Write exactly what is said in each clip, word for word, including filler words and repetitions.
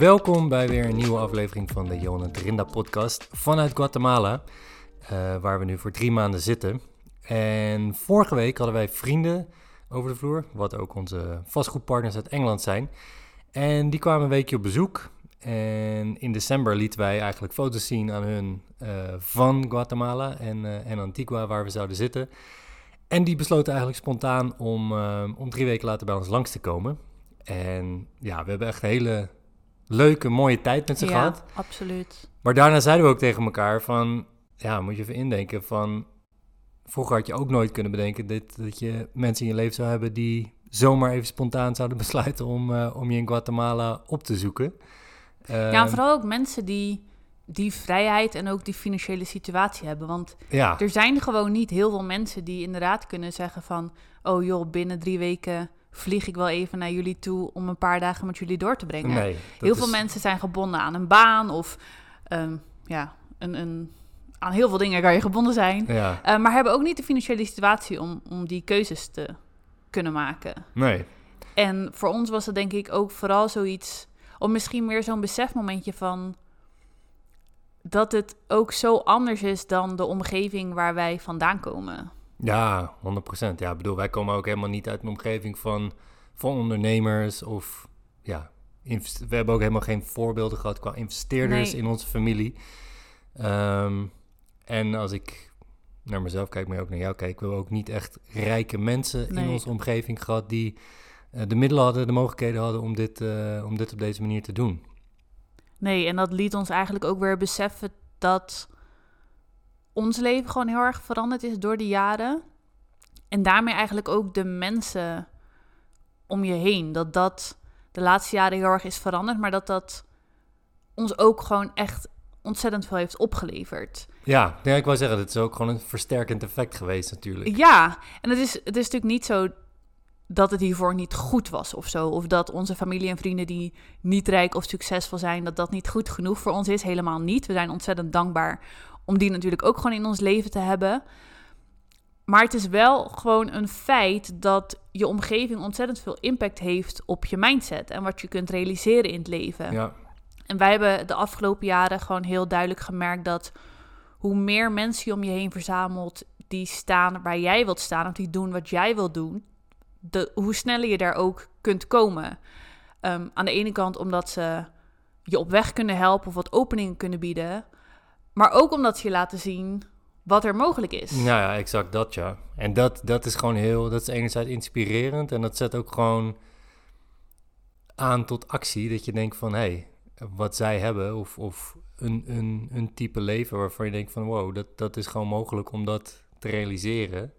Welkom bij weer een nieuwe aflevering van de Johan Trinda podcast vanuit Guatemala, uh, waar we nu voor drie maanden zitten. En vorige week hadden wij vrienden over de vloer, wat ook onze vastgoedpartners uit Engeland zijn. En die kwamen een weekje op bezoek. En in december lieten wij eigenlijk foto's zien aan hun uh, van Guatemala en, uh, en Antigua, waar we zouden zitten. En die besloten eigenlijk spontaan om, uh, om drie weken later bij ons langs te komen. En ja, we hebben echt een hele leuke, mooie tijd met ze ja, gehad. Ja, absoluut. Maar daarna zeiden we ook tegen elkaar van, ja, moet je even indenken van, vroeger had je ook nooit kunnen bedenken dit, dat je mensen in je leven zou hebben die zomaar even spontaan zouden besluiten om, uh, om je in Guatemala op te zoeken. Uh, ja, en vooral ook mensen die die vrijheid en ook die financiële situatie hebben. Want ja. er zijn gewoon niet heel veel mensen die inderdaad kunnen zeggen van, oh joh, binnen drie weken vlieg ik wel even naar jullie toe om een paar dagen met jullie door te brengen. Nee, heel is... veel mensen zijn gebonden aan een baan of um, ja, een, een, aan heel veel dingen kan je gebonden zijn. Ja. Uh, maar hebben ook niet de financiële situatie om, om die keuzes te kunnen maken. Nee. En voor ons was het denk ik ook vooral zoiets, of misschien meer zo'n besefmomentje van dat het ook zo anders is dan de omgeving waar wij vandaan komen. Ja, honderd procent. Ja, ik bedoel, wij komen ook helemaal niet uit een omgeving van, van ondernemers of ja, invest- we hebben ook helemaal geen voorbeelden gehad qua investeerders nee. in onze familie. Um, en als ik naar mezelf kijk, maar ook naar jou kijk, we hebben ook niet echt rijke mensen nee. in onze omgeving gehad die uh, de middelen hadden, de mogelijkheden hadden om dit, uh, om dit op deze manier te doen. Nee, en dat liet ons eigenlijk ook weer beseffen dat ons leven gewoon heel erg veranderd is door de jaren. En daarmee eigenlijk ook de mensen om je heen. Dat dat de laatste jaren heel erg is veranderd, maar dat dat ons ook gewoon echt ontzettend veel heeft opgeleverd. Ja, ja, ik wou zeggen, het is ook gewoon een versterkend effect geweest natuurlijk. Ja, en het is, het is natuurlijk niet zo dat het hiervoor niet goed was of zo. Of dat onze familie en vrienden die niet rijk of succesvol zijn, dat dat niet goed genoeg voor ons is. Helemaal niet. We zijn ontzettend dankbaar om die natuurlijk ook gewoon in ons leven te hebben. Maar het is wel gewoon een feit dat je omgeving ontzettend veel impact heeft op je mindset en wat je kunt realiseren in het leven. Ja. En wij hebben de afgelopen jaren gewoon heel duidelijk gemerkt dat hoe meer mensen je om je heen verzamelt die staan waar jij wilt staan of die doen wat jij wilt doen, de, hoe sneller je daar ook kunt komen. Um, aan de ene kant omdat ze je op weg kunnen helpen of wat openingen kunnen bieden, maar ook omdat ze je laten zien wat er mogelijk is. Nou ja, exact dat, ja. En dat, dat is gewoon heel, dat is enerzijds inspirerend en dat zet ook gewoon aan tot actie, dat je denkt van, hé, hey, wat zij hebben of, of een, een, een type leven waarvan je denkt van, wow, dat, dat is gewoon mogelijk om dat te realiseren,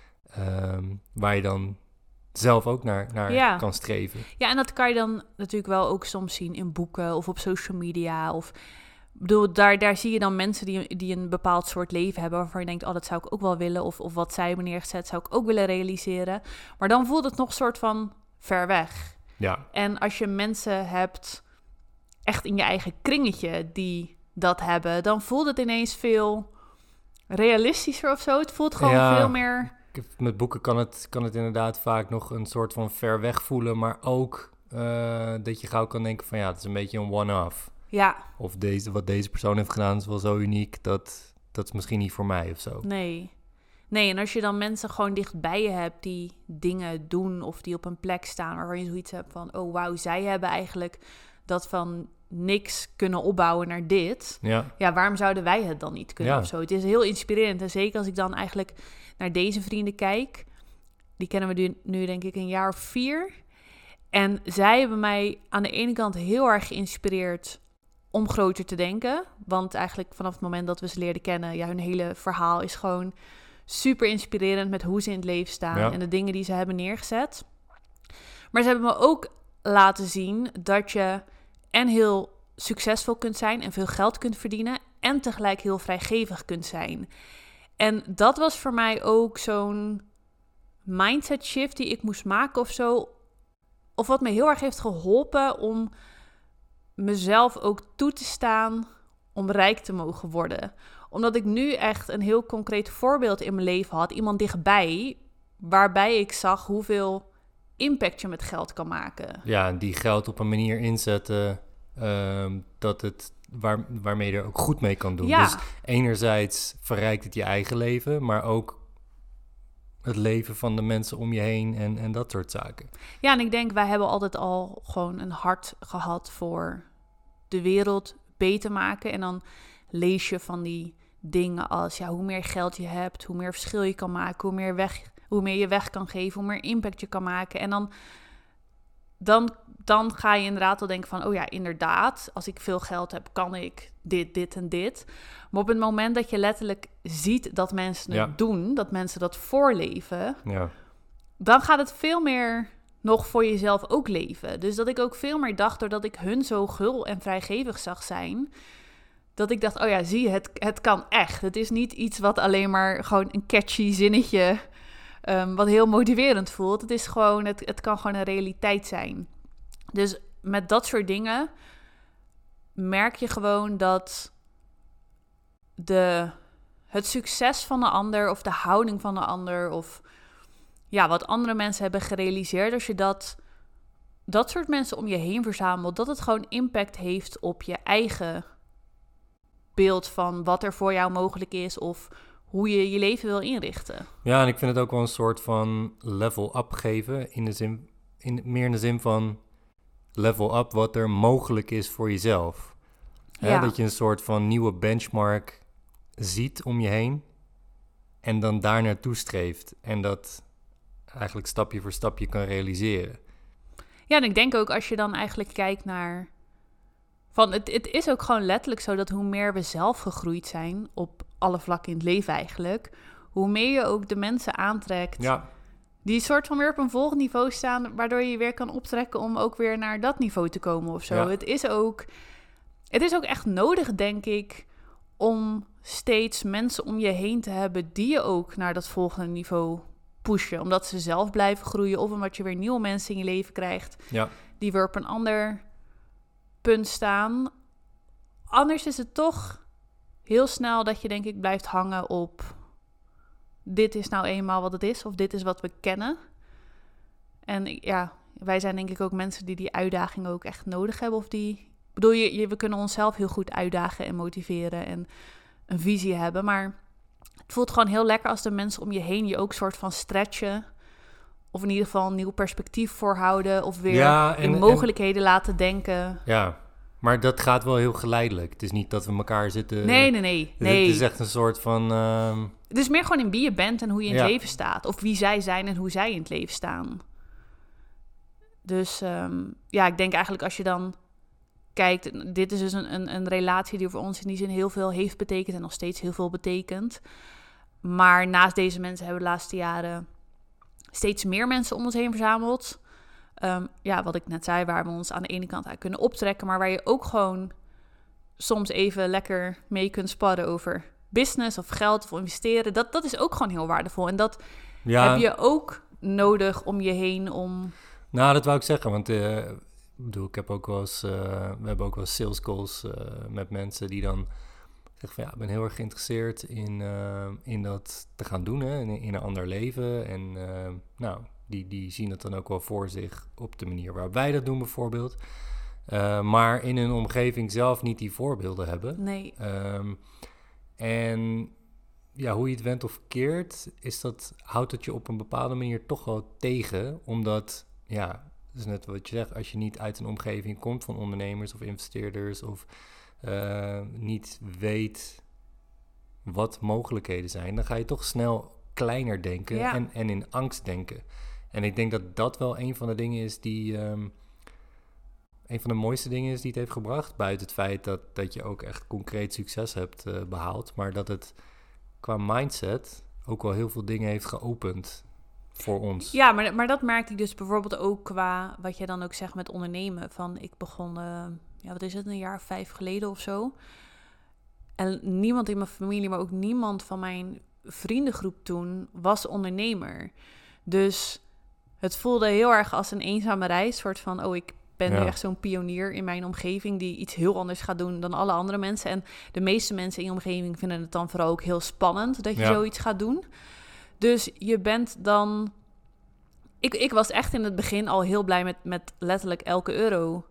um, waar je dan zelf ook naar, naar ja. kan streven. Ja, en dat kan je dan natuurlijk wel ook soms zien in boeken of op social media. Of, ik bedoel, daar, daar zie je dan mensen die, die een bepaald soort leven hebben waarvan je denkt, oh, dat zou ik ook wel willen. Of, of wat zij hebben neergezet, zou ik ook willen realiseren. Maar dan voelt het nog een soort van ver weg. Ja. En als je mensen hebt, echt in je eigen kringetje, die dat hebben, dan voelt het ineens veel realistischer of zo. Het voelt gewoon ja. veel meer. Met boeken kan het, kan het inderdaad vaak nog een soort van ver weg voelen, maar ook uh, dat je gauw kan denken van ja, het is een beetje een one-off. Ja. Of deze, wat deze persoon heeft gedaan is wel zo uniek, dat, dat is misschien niet voor mij of zo. Nee. Nee, en als je dan mensen gewoon dichtbij je hebt die dingen doen of die op een plek staan waarvan je zoiets hebt van, oh wauw, zij hebben eigenlijk dat van niks kunnen opbouwen naar dit. Ja. Ja, waarom zouden wij het dan niet kunnen ja. of zo? Het is heel inspirerend en zeker als ik dan eigenlijk naar deze vrienden kijk, die kennen we nu, nu denk ik een jaar of vier. En zij hebben mij aan de ene kant heel erg geïnspireerd om groter te denken. Want eigenlijk vanaf het moment dat we ze leerden kennen, ja, hun hele verhaal is gewoon super inspirerend met hoe ze in het leven staan ja. en de dingen die ze hebben neergezet. Maar ze hebben me ook laten zien dat je en heel succesvol kunt zijn en veel geld kunt verdienen en tegelijk heel vrijgevig kunt zijn. En dat was voor mij ook zo'n mindset shift die ik moest maken of zo. Of wat me heel erg heeft geholpen om mezelf ook toe te staan om rijk te mogen worden. Omdat ik nu echt een heel concreet voorbeeld in mijn leven had. Iemand dichtbij, waarbij ik zag hoeveel impact je met geld kan maken. Ja, en die geld op een manier inzetten Um, dat het waar, waarmee je er ook goed mee kan doen. Ja. Dus enerzijds verrijkt het je eigen leven, maar ook het leven van de mensen om je heen en, en dat soort zaken. Ja, en ik denk, wij hebben altijd al gewoon een hart gehad voor de wereld beter maken. En dan lees je van die dingen als, ja, hoe meer geld je hebt, hoe meer verschil je kan maken, hoe meer, weg, hoe meer je weg kan geven, hoe meer impact je kan maken. En dan, dan, dan ga je inderdaad al denken van, oh ja, inderdaad, als ik veel geld heb, kan ik dit, dit en dit. Maar op het moment dat je letterlijk ziet dat mensen het Ja. doen, dat mensen dat voorleven, Ja. dan gaat het veel meer nog voor jezelf ook leven. Dus dat ik ook veel meer dacht, doordat ik hun zo gul en vrijgevig zag zijn, dat ik dacht, oh ja, zie je, het, het kan echt. Het is niet iets wat alleen maar gewoon een catchy zinnetje, um, wat heel motiverend voelt. Het is gewoon, het, het kan gewoon een realiteit zijn. Dus met dat soort dingen merk je gewoon dat de, het succes van de ander of de houding van de ander of ja, wat andere mensen hebben gerealiseerd, als je dat, dat soort mensen om je heen verzamelt, dat het gewoon impact heeft op je eigen beeld van wat er voor jou mogelijk is of hoe je je leven wil inrichten. Ja, en ik vind het ook wel een soort van level up geven, in de zin, in, meer in de zin van level up wat er mogelijk is voor jezelf. Hè, Ja. dat je een soort van nieuwe benchmark ziet om je heen en dan daar naartoe streeft en dat eigenlijk stapje voor stapje kan realiseren. Ja, en ik denk ook als je dan eigenlijk kijkt naar van het, het is ook gewoon letterlijk zo dat hoe meer we zelf gegroeid zijn op alle vlakken in het leven eigenlijk, hoe meer je ook de mensen aantrekt Ja, die soort van weer op een volgend niveau staan, waardoor je je weer kan optrekken om ook weer naar dat niveau te komen of zo. Ja. Het is ook, het is ook echt nodig, denk ik, om steeds mensen om je heen te hebben die je ook naar dat volgende niveau pushen. Omdat ze zelf blijven groeien of omdat je weer nieuwe mensen in je leven krijgt ja, die weer op een ander punt staan. Anders is het toch heel snel dat je, denk ik, blijft hangen op dit is nou eenmaal wat het is of dit is wat we kennen. En ja, wij zijn denk ik ook mensen die die uitdaging ook echt nodig hebben. Of die, ik bedoel, je, je, we kunnen onszelf heel goed uitdagen en motiveren en een visie hebben. Maar het voelt gewoon heel lekker als de mensen om je heen je ook soort van stretchen. Of in ieder geval een nieuw perspectief voorhouden. Of weer Ja, en- in en- mogelijkheden laten denken. ja. Maar dat gaat wel heel geleidelijk. Het is niet dat we elkaar zitten... Nee, nee, nee. Het- nee. Het is echt een soort van... ehm, Het is meer gewoon in wie je bent en hoe je in het Ja. leven staat. Of wie zij zijn en hoe zij in het leven staan. Dus um, ja, ik denk eigenlijk als je dan kijkt... Dit is dus een, een, een relatie die voor ons in die zin heel veel heeft betekend... en nog steeds heel veel betekent. Maar naast deze mensen hebben we de laatste jaren... steeds meer mensen om ons heen verzameld. Um, ja, wat ik net zei, waar we ons aan de ene kant uit kunnen optrekken... maar waar je ook gewoon soms even lekker mee kunt sparren over business of geld of investeren. Dat, dat is ook gewoon heel waardevol. En dat ja, heb je ook nodig om je heen om... Nou, dat wou ik zeggen, want uh, ik bedoel, ik heb ook wel eens, uh, we hebben ook wel eens sales calls uh, met mensen die dan zeggen van ja, ik ben heel erg geïnteresseerd in, uh, in dat te gaan doen, hè, in, in een ander leven. En uh, nou, die, die zien het dan ook wel voor zich op de manier waarop wij dat doen bijvoorbeeld. Uh, maar in hun omgeving zelf niet die voorbeelden hebben. Nee. Um, en ja, hoe je het went of keert, is dat, houdt het je op een bepaalde manier toch wel tegen. Omdat, ja, dat is net wat je zegt, als je niet uit een omgeving komt van ondernemers of investeerders of uh, niet weet wat mogelijkheden zijn, dan ga je toch snel kleiner denken Ja. en, en in angst denken. En ik denk dat dat wel een van de dingen is die... Um, een van de mooiste dingen is die het heeft gebracht. Buiten het feit dat, dat je ook echt concreet succes hebt uh, behaald. Maar dat het qua mindset ook wel heel veel dingen heeft geopend voor ons. Ja, maar, maar dat merkte ik dus bijvoorbeeld ook qua wat jij dan ook zegt met ondernemen. Van ik begon, uh, ja, wat is het, een jaar of vijf geleden of zo. En niemand in mijn familie, maar ook niemand van mijn vriendengroep toen was ondernemer. Dus het voelde heel erg als een eenzame reis. Soort van, oh, ik ben Ja. nu echt zo'n pionier in mijn omgeving die iets heel anders gaat doen dan alle andere mensen. En de meeste mensen in je omgeving vinden het dan vooral ook heel spannend dat je Ja. zoiets gaat doen. Dus je bent dan... Ik, ik was echt in het begin al heel blij met, met letterlijk elke euro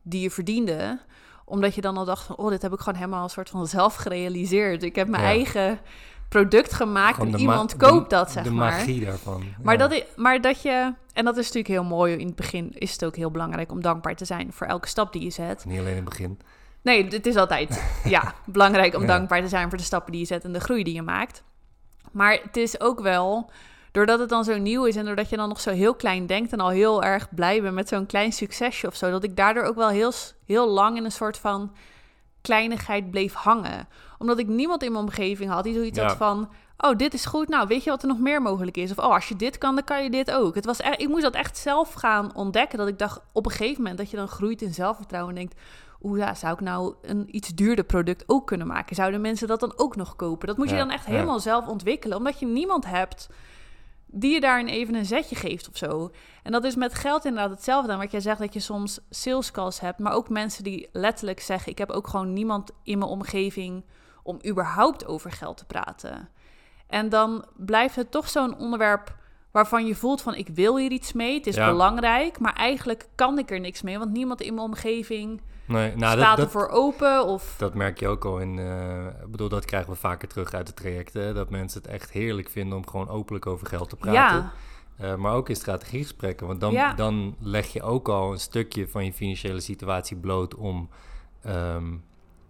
die je verdiende. Omdat je dan al dacht van, oh, dit heb ik gewoon helemaal een soort van zelf gerealiseerd. Ik heb mijn ja. eigen product gemaakt gewoon en iemand ma- koopt dat, zeg de maar. De magie daarvan. Maar, ja. dat is, maar dat je, en dat is natuurlijk heel mooi, in het begin is het ook heel belangrijk om dankbaar te zijn voor elke stap die je zet. Niet alleen in het begin. Nee, het is altijd ja, belangrijk om ja. dankbaar te zijn voor de stappen die je zet en de groei die je maakt. Maar het is ook wel, doordat het dan zo nieuw is en doordat je dan nog zo heel klein denkt en al heel erg blij bent met zo'n klein succesje of zo, dat ik daardoor ook wel heel, heel lang in een soort van kleinigheid bleef hangen. Omdat ik niemand in mijn omgeving had die zoiets ja. had van, oh, dit is goed, nou, weet je wat er nog meer mogelijk is? Of, oh, als je dit kan, dan kan je dit ook. Het was echt, ik moest dat echt zelf gaan ontdekken, dat ik dacht op een gegeven moment dat je dan groeit in zelfvertrouwen en denkt, oeh ja, zou ik nou een iets duurder product ook kunnen maken? Zouden mensen dat dan ook nog kopen? Dat moet je ja, dan echt ja. helemaal zelf ontwikkelen, omdat je niemand hebt die je daarin even een zetje geeft of zo. En dat is met geld inderdaad hetzelfde aan wat jij zegt, dat je soms sales calls hebt, maar ook mensen die letterlijk zeggen, ik heb ook gewoon niemand in mijn omgeving om überhaupt over geld te praten. En dan blijft het toch zo'n onderwerp waarvan je voelt van, ik wil hier iets mee, het is ja. belangrijk, maar eigenlijk kan ik er niks mee, want niemand in mijn omgeving nee, nou, staat dat, ervoor dat, open. Of... Dat merk je ook al in, uh, ik bedoel, dat krijgen we vaker terug uit de trajecten, dat mensen het echt heerlijk vinden om gewoon openlijk over geld te praten. Ja. Uh, maar ook in strategiegesprekken, want dan, ja. dan leg je ook al een stukje van je financiële situatie bloot om um,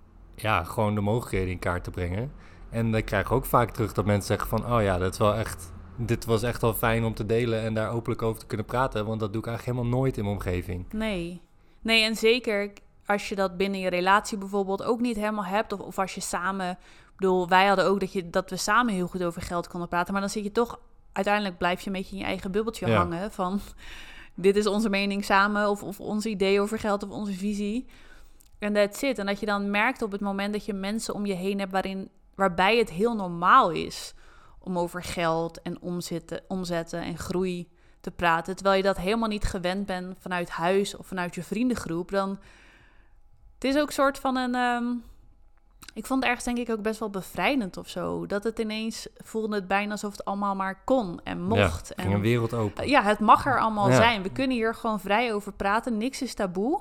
ja, gewoon de mogelijkheden in kaart te brengen. En dan krijg je ook vaak terug dat mensen zeggen van, oh ja, dat is wel echt, dit was echt wel fijn om te delen en daar openlijk over te kunnen praten, want dat doe ik eigenlijk helemaal nooit in mijn omgeving. Nee, nee en zeker als je dat binnen je relatie bijvoorbeeld ook niet helemaal hebt, of, of als je samen, ik bedoel, wij hadden ook dat, je, dat we samen heel goed over geld konden praten, maar dan zit je toch, uiteindelijk blijf je een beetje in je eigen bubbeltje ja. hangen van, dit is onze mening samen, of, of ons idee over geld, of onze visie. En that's it. En dat je dan merkt op het moment dat je mensen om je heen hebt waarin, waarbij het heel normaal is om over geld en omzetten, omzetten en groei te praten, terwijl je dat helemaal niet gewend bent vanuit huis of vanuit je vriendengroep, dan het is ook een soort van een, um, ik vond het ergens denk ik ook best wel bevrijdend of zo, dat het ineens voelde het bijna alsof het allemaal maar kon en mocht. Ja, ging een wereld open. Ja, het mag er allemaal ja. zijn. We kunnen hier gewoon vrij over praten, niks is taboe.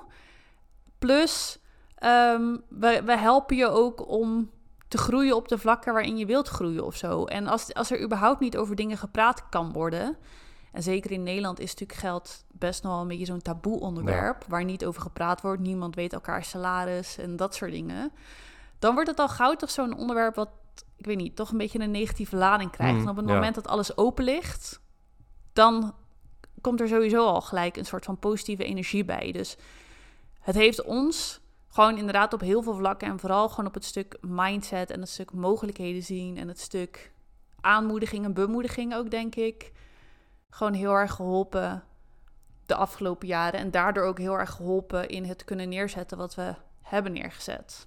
Plus, um, we, we helpen je ook om te groeien op de vlakken waarin je wilt groeien of zo. En als, als er überhaupt niet over dingen gepraat kan worden, en zeker in Nederland is natuurlijk geld best nog wel een beetje zo'n taboe onderwerp, ja. waar niet over gepraat wordt, niemand weet elkaar salaris en dat soort dingen, dan wordt het al gauw toch zo'n onderwerp wat, ik weet niet, toch een beetje een negatieve lading krijgt. Mm, en op het ja. moment dat alles open ligt, dan komt er sowieso al gelijk een soort van positieve energie bij. Dus het heeft ons gewoon inderdaad op heel veel vlakken en vooral gewoon op het stuk mindset en het stuk mogelijkheden zien en het stuk aanmoediging en bemoediging ook, denk ik, gewoon heel erg geholpen de afgelopen jaren. En daardoor ook heel erg geholpen in het kunnen neerzetten wat we hebben neergezet.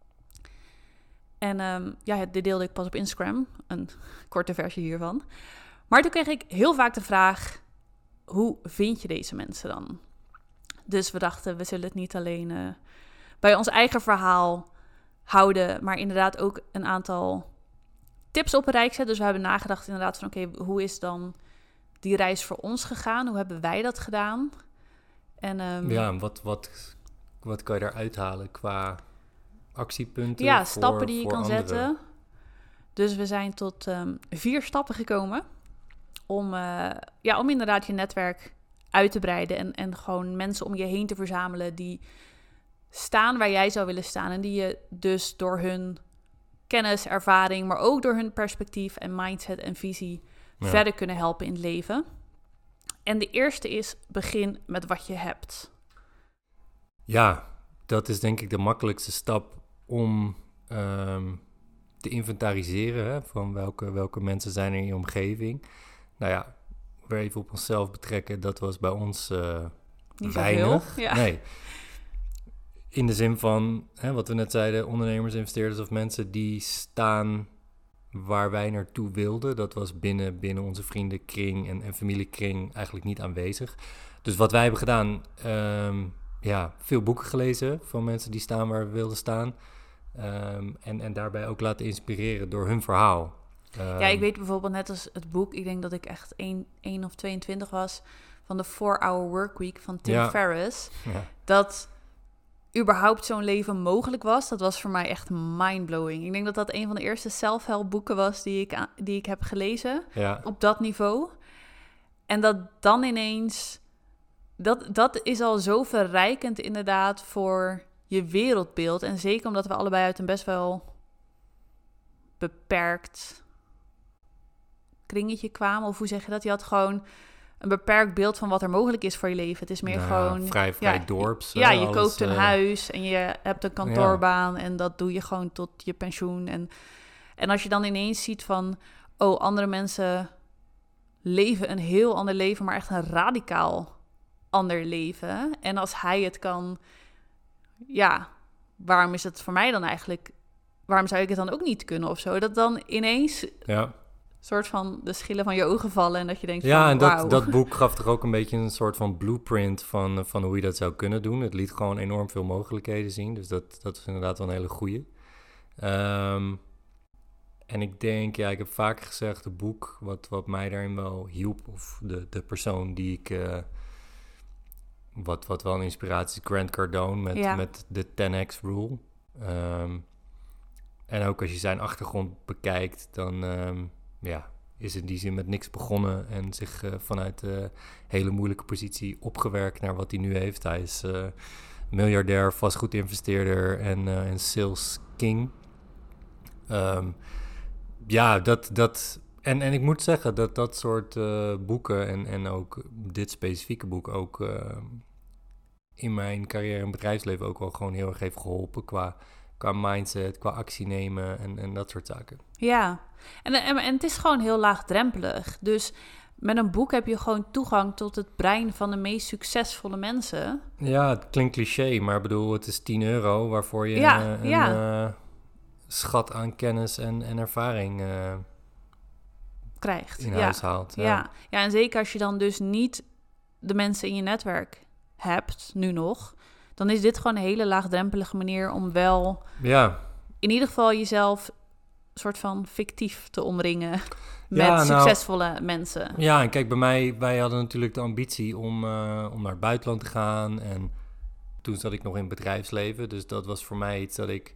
En um, ja, dit deelde ik pas op Instagram, een korte versie hiervan. Maar toen kreeg ik heel vaak de vraag, hoe vind je deze mensen dan? Dus we dachten, we zullen het niet alleen uh, bij ons eigen verhaal houden, maar inderdaad ook een aantal tips op een rijk zetten. Dus we hebben nagedacht inderdaad van, oké, okay, hoe is dan die reis voor ons gegaan? Hoe hebben wij dat gedaan? En, um, ja, wat, wat, wat kan je daaruit halen qua actiepunten? Ja, voor, stappen die je kan anderen. zetten. Dus we zijn tot um, vier stappen gekomen om, uh, ja, om inderdaad je netwerk uit te breiden en, en gewoon mensen om je heen te verzamelen die staan waar jij zou willen staan en die je dus door hun kennis, ervaring, maar ook door hun perspectief en mindset en visie ja. verder kunnen helpen in het leven. En de eerste is, begin met wat je hebt. Ja, dat is denk ik de makkelijkste stap om um, te inventariseren, hè, van welke, welke mensen zijn er in je omgeving. Nou ja, weer even op onszelf betrekken, dat was bij ons uh, Niet weinig. Zoveel, ja. Nee. In de zin van, hè, wat we net zeiden, ondernemers, investeerders of mensen die staan waar wij naartoe wilden. Dat was binnen, binnen onze vriendenkring en, en familiekring eigenlijk niet aanwezig. Dus wat wij hebben gedaan, um, ja, veel boeken gelezen van mensen die staan waar we wilden staan. Um, en, en daarbij ook laten inspireren door hun verhaal. Um, ja, ik weet bijvoorbeeld net als het boek, ik denk dat ik echt één of tweeëntwintig was, van de four hour Workweek van Tim ja. Ferriss. Ja. Dat überhaupt zo'n leven mogelijk was, dat was voor mij echt mindblowing. Ik denk dat dat een van de eerste self-help boeken was die ik, die ik heb gelezen Ja. op dat niveau. En dat dan ineens, dat, dat is al zo verrijkend inderdaad voor je wereldbeeld. En zeker omdat we allebei uit een best wel beperkt kringetje kwamen. Of hoe zeg je dat? Je had gewoon een beperkt beeld van wat er mogelijk is voor je leven. Het is meer Nou, gewoon... Vrij, vrij ja, dorps. Ja, uh, je alles, koopt een uh, huis en je hebt een kantoorbaan... en dat doe je gewoon tot je pensioen. En, en als je dan ineens ziet van... oh, andere mensen leven een heel ander leven... maar echt een radicaal ander leven. En als hij het kan... ja, waarom is het voor mij dan eigenlijk... waarom zou ik het dan ook niet kunnen of zo? Dat dan ineens... Ja. soort van de schillen van je ogen vallen en dat je denkt Ja, van, en dat, wauw. dat boek gaf toch ook een beetje een soort van blueprint van, van hoe je dat zou kunnen doen. Het liet gewoon enorm veel mogelijkheden zien, dus dat, dat is inderdaad wel een hele goeie. Um, en ik denk, ja, ik heb vaker gezegd, het boek wat, wat mij daarin wel hielp, of de, de persoon die ik, uh, wat, wat wel een inspiratie is, Grant Cardone met, Ja. met de ten x Rule. Um, en ook als je zijn achtergrond bekijkt, dan... Um, ja, is in die zin met niks begonnen en zich uh, vanuit een uh, hele moeilijke positie opgewerkt naar wat hij nu heeft. Hij is uh, miljardair, vastgoedinvesteerder en, uh, en sales king. Um, ja, dat... dat en, en ik moet zeggen dat dat soort uh, boeken en, en ook dit specifieke boek ook uh, in mijn carrière en bedrijfsleven ook wel gewoon heel erg heeft geholpen qua... qua mindset, qua actie nemen en, en dat soort zaken. Ja, en, en, en het is gewoon heel laagdrempelig. Dus met een boek heb je gewoon toegang tot het brein van de meest succesvolle mensen. Ja, het klinkt cliché, maar ik bedoel, het is tien euro waarvoor je Ja, een, ja. een uh, schat aan kennis en, en ervaring uh, krijgt. in ja. huis haalt. Ja. Ja. ja, en zeker als je dan dus niet de mensen in je netwerk hebt, nu nog... dan is dit gewoon een hele laagdrempelige manier om wel... ja. in ieder geval jezelf soort van fictief te omringen met Ja, nou, succesvolle mensen. Ja, en kijk, bij mij, wij hadden natuurlijk de ambitie om, uh, om naar het buitenland te gaan. En toen zat ik nog in het bedrijfsleven. Dus dat was voor mij iets dat ik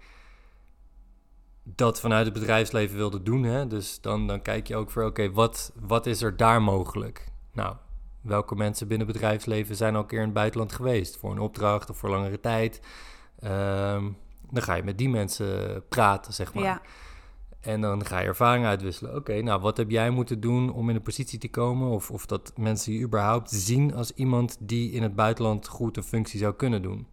dat vanuit het bedrijfsleven wilde doen. Hè? Dus dan, dan kijk je ook voor, oké, okay, wat, wat is er daar mogelijk? Nou, welke mensen binnen het bedrijfsleven zijn al een keer in het buitenland geweest? Voor een opdracht of voor langere tijd. Um, dan ga je met die mensen praten, zeg maar. Ja. En dan ga je ervaring uitwisselen. Oké, okay, nou, wat heb jij moeten doen om in een positie te komen? Of, of dat mensen je überhaupt zien als iemand die in het buitenland goed een functie zou kunnen doen.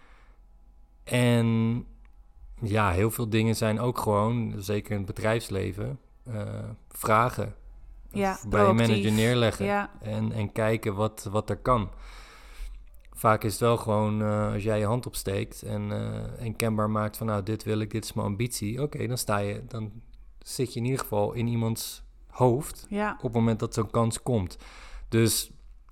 En ja, heel veel dingen zijn ook gewoon, zeker in het bedrijfsleven, uh, vragen. Ja, of bij je manager neerleggen. Ja. En, en kijken wat, wat er kan. Vaak is het wel gewoon, uh, als jij je hand opsteekt en, uh, en kenbaar maakt van, nou, dit wil ik, dit is mijn ambitie. Oké, okay, dan sta je, dan zit je in ieder geval in iemands hoofd ja. op het moment dat zo'n kans komt. Dus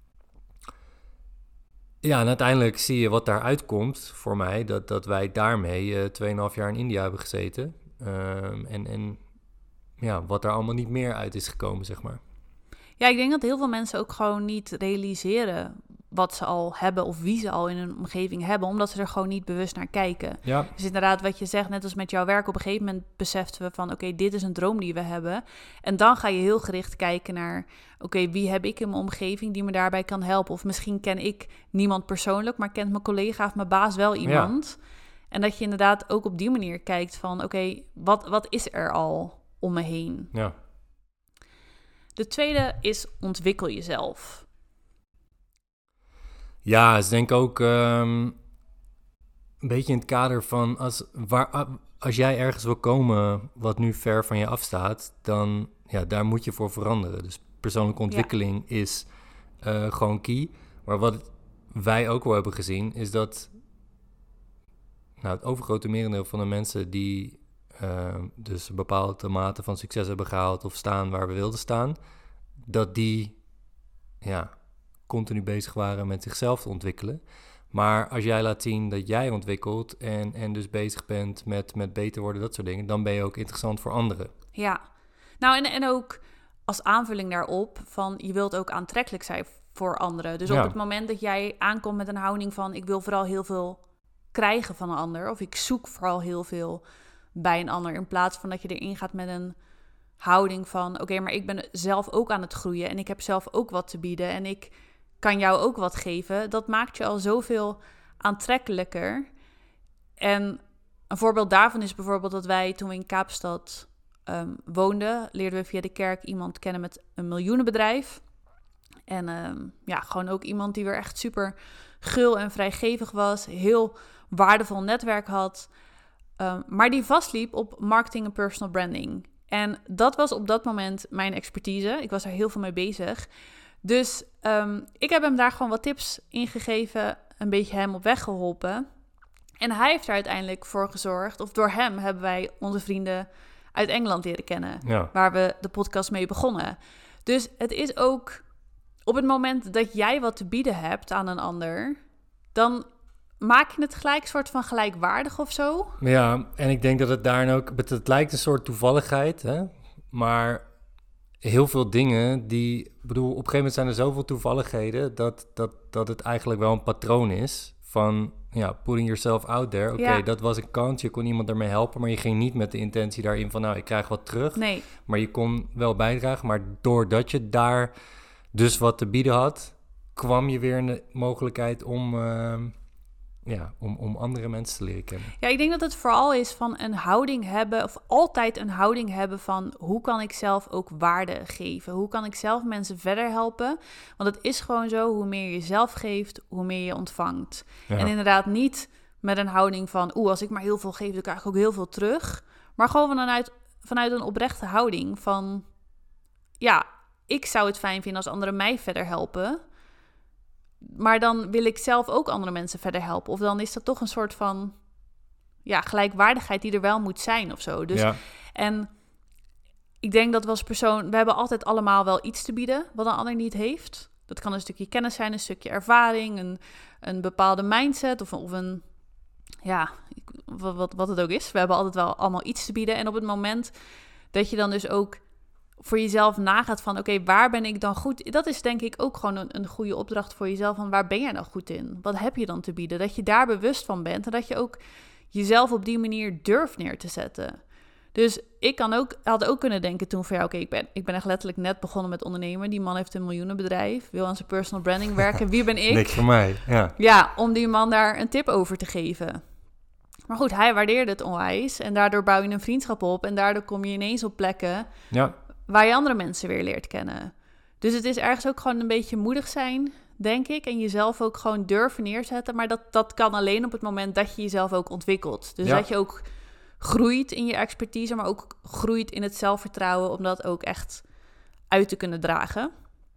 ja, en uiteindelijk zie je wat daaruit komt voor mij, dat, dat wij daarmee uh, tweeënhalf jaar in India hebben gezeten. Um, en, en ja, wat er allemaal niet meer uit is gekomen, zeg maar. Ja, ik denk dat heel veel mensen ook gewoon niet realiseren wat ze al hebben of wie ze al in hun omgeving hebben, omdat ze er gewoon niet bewust naar kijken. Ja. Dus inderdaad, wat je zegt, net als met jouw werk, op een gegeven moment beseften we van, oké, okay, dit is een droom die we hebben. En dan ga je heel gericht kijken naar, oké, okay, wie heb ik in mijn omgeving die me daarbij kan helpen? Of misschien ken ik niemand persoonlijk, maar kent mijn collega of mijn baas wel iemand. Ja. En dat je inderdaad ook op die manier kijkt van, oké, okay, wat, wat is er al om me heen? Ja. De tweede is ontwikkel jezelf. Ja, dus denk ook um, een beetje in het kader van als, waar, als jij ergens wil komen wat nu ver van je afstaat, dan ja, daar moet je voor veranderen. Dus persoonlijke ontwikkeling ja. is uh, gewoon key. Maar wat wij ook wel hebben gezien is dat nou, het overgrote merendeel van de mensen die uh, dus een bepaalde mate van succes hebben gehaald of staan waar we wilden staan, dat die ja, continu bezig waren met zichzelf te ontwikkelen. Maar als jij laat zien dat jij ontwikkelt en, en dus bezig bent met, met beter worden, dat soort dingen, dan ben je ook interessant voor anderen. Ja, nou en, en ook als aanvulling daarop van je wilt ook aantrekkelijk zijn voor anderen. Dus ja. op het moment dat jij aankomt met een houding van ik wil vooral heel veel krijgen van een ander. Of ik zoek vooral heel veel bij een ander. In plaats van dat je erin gaat met een houding van... oké, okay, maar ik ben zelf ook aan het groeien. En ik heb zelf ook wat te bieden. En ik kan jou ook wat geven. Dat maakt je al zoveel aantrekkelijker. En een voorbeeld daarvan is bijvoorbeeld dat wij toen we in Kaapstad um, woonden... leerden we via de kerk iemand kennen met een miljoenenbedrijf. En um, ja, gewoon ook iemand die weer echt super gul en vrijgevig was. Heel waardevol netwerk had. Um, maar die vastliep op marketing en personal branding. En dat was op dat moment mijn expertise. Ik was er heel veel mee bezig. Dus um, ik heb hem daar gewoon wat tips in gegeven. Een beetje hem op weg geholpen. En hij heeft er uiteindelijk voor gezorgd. Of door hem hebben wij onze vrienden uit Engeland leren kennen. Ja. Waar we de podcast mee begonnen. Dus het is ook... op het moment dat jij wat te bieden hebt aan een ander... dan maak je het gelijk soort van gelijkwaardig of zo. Ja, en ik denk dat het daar ook... het lijkt een soort toevalligheid, hè? Maar heel veel dingen die... ik bedoel, op een gegeven moment zijn er zoveel toevalligheden... dat, dat, dat het eigenlijk wel een patroon is van... ja, putting yourself out there. Oké, okay, ja. Dat was een kans, je kon iemand ermee helpen... maar je ging niet met de intentie daarin van... nou, ik krijg wat terug. Nee. Maar je kon wel bijdragen. Maar doordat je daar dus wat te bieden had... kwam je weer in de mogelijkheid om... Uh, Ja, om, om andere mensen te leren kennen. Ja, ik denk dat het vooral is van een houding hebben... of altijd een houding hebben van... hoe kan ik zelf ook waarde geven? Hoe kan ik zelf mensen verder helpen? Want het is gewoon zo, hoe meer je zelf geeft... hoe meer je ontvangt. Ja. En inderdaad niet met een houding van... oeh, als ik maar heel veel geef, dan krijg ik ook heel veel terug. Maar gewoon vanuit, vanuit een oprechte houding van... ja, ik zou het fijn vinden als anderen mij verder helpen... maar dan wil ik zelf ook andere mensen verder helpen. Of dan is dat toch een soort van... ja, gelijkwaardigheid die er wel moet zijn of zo. Dus, ja. En ik denk dat we als persoon... we hebben altijd allemaal wel iets te bieden... wat een ander niet heeft. Dat kan een stukje kennis zijn, een stukje ervaring... een, een bepaalde mindset of, of een... ja, wat, wat het ook is. We hebben altijd wel allemaal iets te bieden. En op het moment dat je dan dus ook... voor jezelf nagaat van, oké, okay, waar ben ik dan goed? Dat is denk ik ook gewoon een, een goede opdracht voor jezelf. Van waar ben jij dan goed in? Wat heb je dan te bieden? Dat je daar bewust van bent en dat je ook jezelf op die manier durft neer te zetten. Dus ik kan ook, had ook kunnen denken toen van, ja, oké, okay, ik, ben, ik ben echt letterlijk net begonnen met ondernemen. Die man heeft een miljoenenbedrijf, wil aan zijn personal branding werken. Wie ben ik? Niks voor mij, ja. Ja, om die man daar een tip over te geven. Maar goed, hij waardeerde het onwijs en daardoor bouw je een vriendschap op en daardoor kom je ineens op plekken... Ja. waar je andere mensen weer leert kennen. Dus het is ergens ook gewoon een beetje moedig zijn, denk ik. En jezelf ook gewoon durven neerzetten. Maar dat, dat kan alleen op het moment dat je jezelf ook ontwikkelt. Dus ja. dat je ook groeit in je expertise, maar ook groeit in het zelfvertrouwen... om dat ook echt uit te kunnen dragen.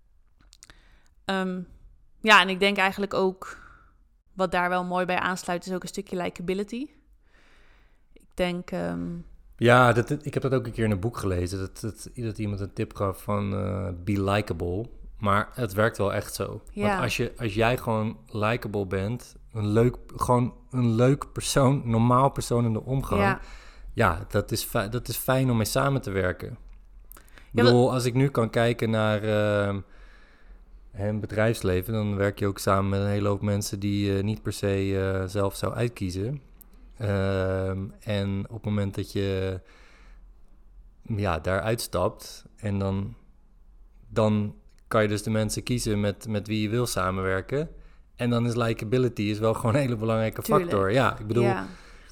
Um, ja, en ik denk eigenlijk ook... wat daar wel mooi bij aansluit, is ook een stukje likability. Ik denk... Um, Ja, dat, ik heb dat ook een keer in een boek gelezen. Dat, dat, dat iemand een tip gaf van uh, be likable. Maar het werkt wel echt zo. Ja. Want als, je, als jij gewoon likable bent... een leuk, gewoon een leuk persoon, normaal persoon in de omgang... ja, ja dat, is fi- dat is fijn om mee samen te werken. Ik ja, bedoel, dat... als ik nu kan kijken naar uh, een bedrijfsleven... dan werk je ook samen met een hele hoop mensen... die uh, niet per se uh, zelf zou uitkiezen... Um, en op het moment dat je ja, daar uitstapt en dan, dan kan je dus de mensen kiezen met, met wie je wil samenwerken. En dan is likability is wel gewoon een hele belangrijke Tuurlijk. factor. Ja, ik bedoel, ja.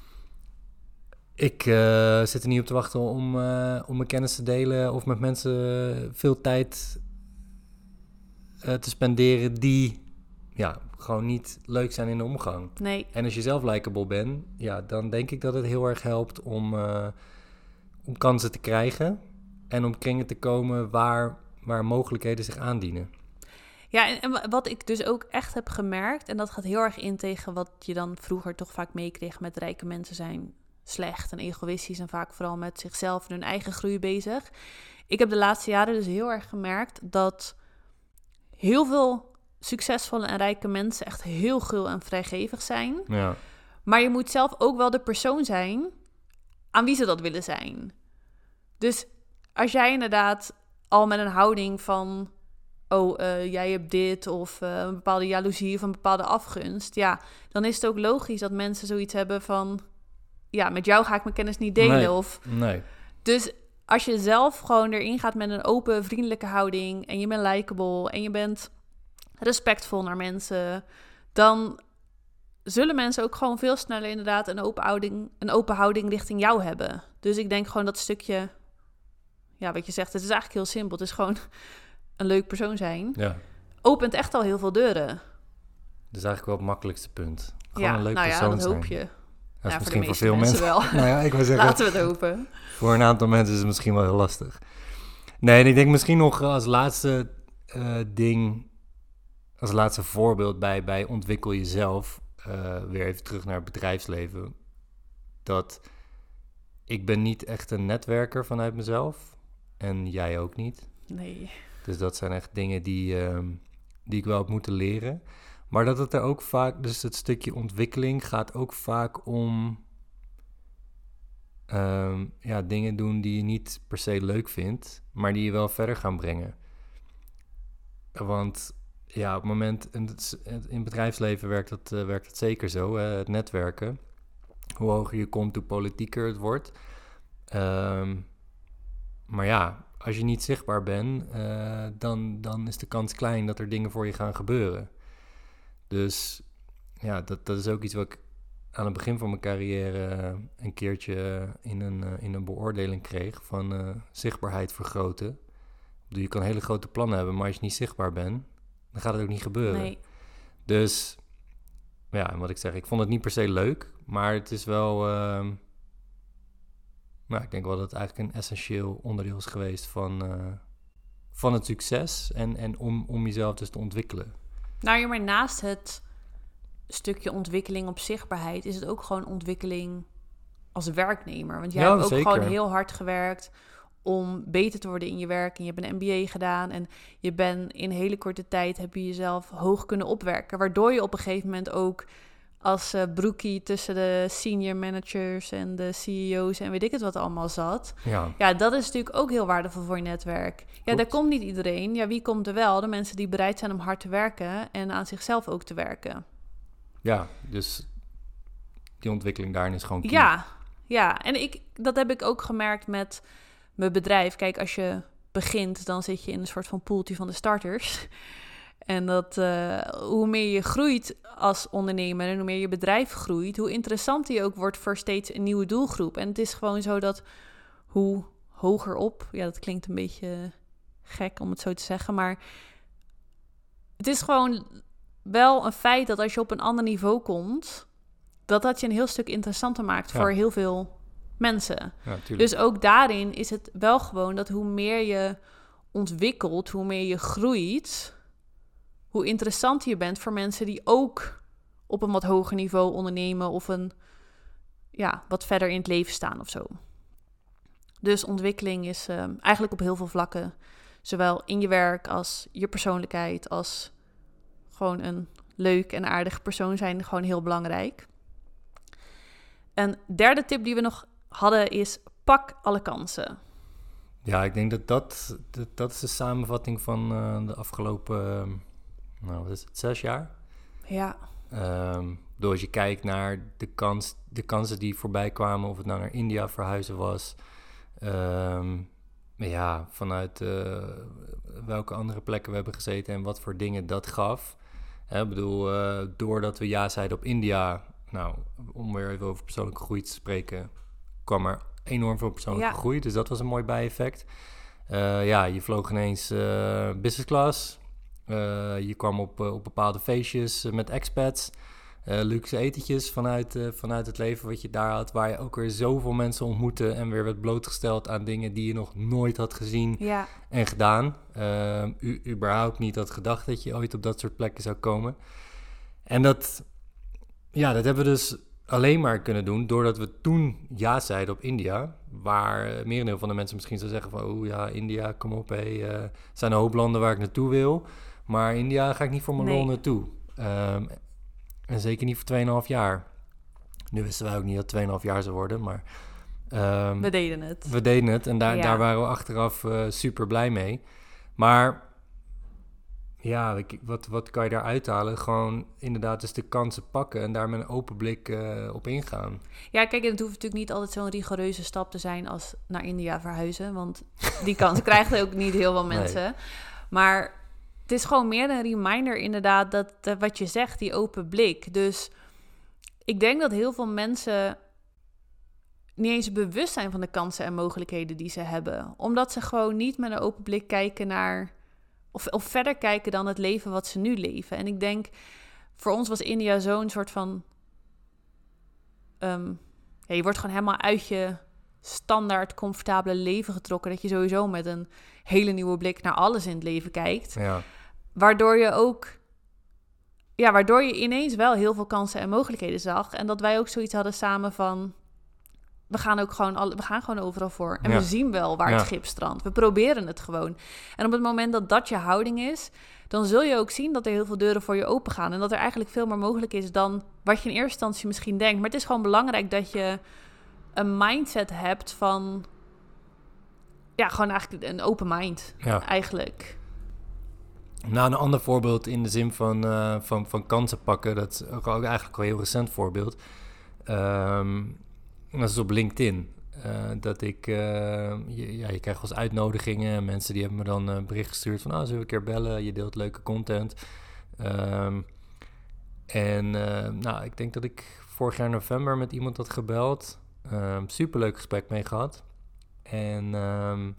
ik uh, zit er niet op te wachten om, uh, om mijn kennis te delen of met mensen veel tijd uh, te spenderen die... ja, gewoon niet leuk zijn in de omgang. Nee. En als je zelf likable bent, ja, dan denk ik dat het heel erg helpt om, uh, om kansen te krijgen en om kringen te komen waar, waar mogelijkheden zich aandienen. Ja, en, en wat ik dus ook echt heb gemerkt, en dat gaat heel erg in tegen wat je dan vroeger toch vaak meekreeg met rijke mensen zijn slecht en egoïstisch en vaak vooral met zichzelf en hun eigen groei bezig. Ik heb de laatste jaren dus heel erg gemerkt dat heel veel succesvolle en rijke mensen echt heel gul en vrijgevig zijn. Ja. Maar je moet zelf ook wel de persoon zijn aan wie ze dat willen zijn. Dus als jij inderdaad al met een houding van oh, uh, jij hebt dit, of uh, een bepaalde jaloezie of een bepaalde afgunst, ja, dan is het ook logisch dat mensen zoiets hebben van, ja, met jou ga ik mijn kennis niet delen. Nee, of... nee. Dus als je zelf gewoon erin gaat met een open, vriendelijke houding en je bent likable en je bent respectvol naar mensen, dan zullen mensen ook gewoon veel sneller inderdaad een open houding, een open houding richting jou hebben. Dus ik denk gewoon dat stukje, ja, wat je zegt, het is eigenlijk heel simpel. Het is gewoon een leuk persoon zijn. Ja. Opent echt al heel veel deuren. Dat is eigenlijk wel het makkelijkste punt. Gewoon ja, een leuk nou persoon ja, dat zijn. hoop je. Dat is ja, misschien voor, voor veel mensen, mensen wel. Nou ja, ik wil zeggen, laten we het hopen. Voor een aantal mensen is het misschien wel heel lastig. Nee, en ik denk misschien nog als laatste uh, ding, als laatste voorbeeld bij, bij ontwikkel jezelf, uh, weer even terug naar het bedrijfsleven, dat ik ben niet echt een netwerker vanuit mezelf en jij ook niet. Nee. Dus dat zijn echt dingen die, uh, die ik wel heb moeten leren. Maar dat het er ook vaak, dus het stukje ontwikkeling gaat ook vaak om um, ja, dingen doen die je niet per se leuk vindt, maar die je wel verder gaan brengen. Want ja, op het moment, in het, in het bedrijfsleven werkt dat, uh, werkt dat zeker zo, hè, het netwerken. Hoe hoger je komt, hoe politieker het wordt. Um, maar ja, als je niet zichtbaar bent, uh, dan, dan is de kans klein dat er dingen voor je gaan gebeuren. Dus ja, dat, dat is ook iets wat ik aan het begin van mijn carrière een keertje in een, in een beoordeling kreeg van uh, zichtbaarheid vergroten. Dus je kan hele grote plannen hebben, maar als je niet zichtbaar bent, dan gaat het ook niet gebeuren. Nee. Dus ja, en wat ik zeg, ik vond het niet per se leuk, maar het is wel, uh, nou, ik denk wel dat het eigenlijk een essentieel onderdeel is geweest van, uh, van het succes en, en om, om jezelf dus te ontwikkelen. Nou ja, maar naast het stukje ontwikkeling op zichtbaarheid is het ook gewoon ontwikkeling als werknemer. Want jij ja, hebt ook zeker. gewoon heel hard gewerkt om beter te worden in je werk. En je hebt een M B A gedaan en je bent in hele korte tijd heb je jezelf hoog kunnen opwerken. Waardoor je op een gegeven moment ook als uh, broekie tussen de senior managers en de C E O's en weet ik het wat allemaal zat. Ja. Ja, dat is natuurlijk ook heel waardevol voor je netwerk. Ja, Klopt. daar komt niet iedereen. Ja, wie komt er wel? De mensen die bereid zijn om hard te werken en aan zichzelf ook te werken. Ja, dus die ontwikkeling daarin is gewoon key. Ja, ja. En ik, dat heb ik ook gemerkt met mijn bedrijf. Kijk, als je begint, dan zit je in een soort van poeltje van de starters. En dat uh, hoe meer je groeit als ondernemer en hoe meer je bedrijf groeit, hoe interessanter je ook wordt voor steeds een nieuwe doelgroep. En het is gewoon zo dat hoe hoger op, ja, dat klinkt een beetje gek om het zo te zeggen, maar het is gewoon wel een feit dat als je op een ander niveau komt, dat dat je een heel stuk interessanter maakt Ja. voor heel veel mensen. Ja, tuurlijk. Dus ook daarin is het wel gewoon dat hoe meer je ontwikkelt, hoe meer je groeit, hoe interessanter je bent voor mensen die ook op een wat hoger niveau ondernemen of een, ja, wat verder in het leven staan of zo. Dus ontwikkeling is uh, eigenlijk op heel veel vlakken, zowel in je werk als je persoonlijkheid, als gewoon een leuk en aardig persoon zijn, gewoon heel belangrijk. Een derde tip die we nog hadden is: pak alle kansen. Ja, ik denk dat dat, dat, dat is de samenvatting van uh, de afgelopen, uh, nou wat is het, zes jaar? Ja. Um, door als je kijkt naar de, kans, de kansen die voorbij kwamen, of het nou naar India verhuizen was, um, ja, vanuit uh, welke andere plekken we hebben gezeten en wat voor dingen dat gaf. Hè, ik bedoel, uh, doordat we ja zeiden op India, nou, om weer even over persoonlijke groei te spreken, kwam er enorm veel persoonlijke Ja. groei. Dus dat was een mooi bijeffect. Uh, ja, je vloog ineens uh, business class. Uh, je kwam op, uh, op bepaalde feestjes uh, met expats. Uh, luxe etentjes vanuit, uh, vanuit het leven wat je daar had. Waar je ook weer zoveel mensen ontmoette en weer werd blootgesteld aan dingen die je nog nooit had gezien Ja. en gedaan. Uh, u, überhaupt niet had gedacht dat je ooit op dat soort plekken zou komen. En dat, ja, dat hebben we dus alleen maar kunnen doen doordat we toen ja zeiden op India. Waar uh, merendeel van de mensen misschien zou zeggen van, oh ja, India, kom op, hé. Uh, er zijn een hoop landen waar ik naartoe wil. Maar India ga ik niet voor mijn Nee. lol naartoe. Um, en zeker niet voor twee komma vijf jaar. Nu wisten wij ook niet dat het twee komma vijf jaar zou worden, maar um, We deden het. we deden het. En daar, Ja. daar waren we achteraf uh, super blij mee. Maar Ja, ik- wat, wat kan je daar uithalen? Gewoon inderdaad dus de kansen pakken en daar met een open blik uh, op ingaan. Ja, kijk, en het hoeft natuurlijk niet altijd zo'n rigoureuze stap te zijn als naar India verhuizen. Want die kans krijgen ook niet heel veel mensen. Nee. Maar het is gewoon meer een reminder inderdaad dat, dat wat je zegt, die open blik. Dus ik denk dat heel veel mensen niet eens bewust zijn van de kansen en mogelijkheden die ze hebben. Omdat ze gewoon niet met een open blik kijken naar... Of, of verder kijken dan het leven wat ze nu leven. En ik denk, voor ons was India zo'n soort van... Um, ja, je wordt gewoon helemaal uit je standaard comfortabele leven getrokken. Dat je sowieso met een hele nieuwe blik naar alles in het leven kijkt. Ja. Waardoor je ook... Ja, waardoor je ineens wel heel veel kansen en mogelijkheden zag. En dat wij ook zoiets hadden samen van... We gaan ook gewoon, al, we gaan gewoon overal voor. En ja. we zien wel waar ja. het schip strandt. We proberen het gewoon. En op het moment dat dat je houding is... dan zul je ook zien dat er heel veel deuren voor je open gaan. En dat er eigenlijk veel meer mogelijk is dan wat je in eerste instantie misschien denkt. Maar het is gewoon belangrijk dat je een mindset hebt van... Ja, gewoon eigenlijk een open mind, ja. eigenlijk. Nou, een ander voorbeeld in de zin van, uh, van, van kansen pakken... dat is ook eigenlijk wel een heel recent voorbeeld... Um, Dat is op LinkedIn. Uh, dat ik... Uh, je, ja, je krijgt wel eens uitnodigingen. Mensen die hebben me dan een bericht gestuurd van... Ah, zullen we een keer bellen? Je deelt leuke content. Um, en uh, nou, ik denk dat ik vorig jaar november met iemand had gebeld. Um, superleuk gesprek mee gehad. En um,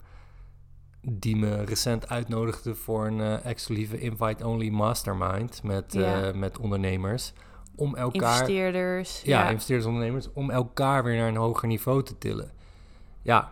die me recent uitnodigde voor een uh, exclusieve invite-only mastermind... met, ja. uh, met ondernemers... om elkaar... Investeerders. Ja, ja, investeerders, ondernemers... om elkaar weer naar een hoger niveau te tillen. Ja.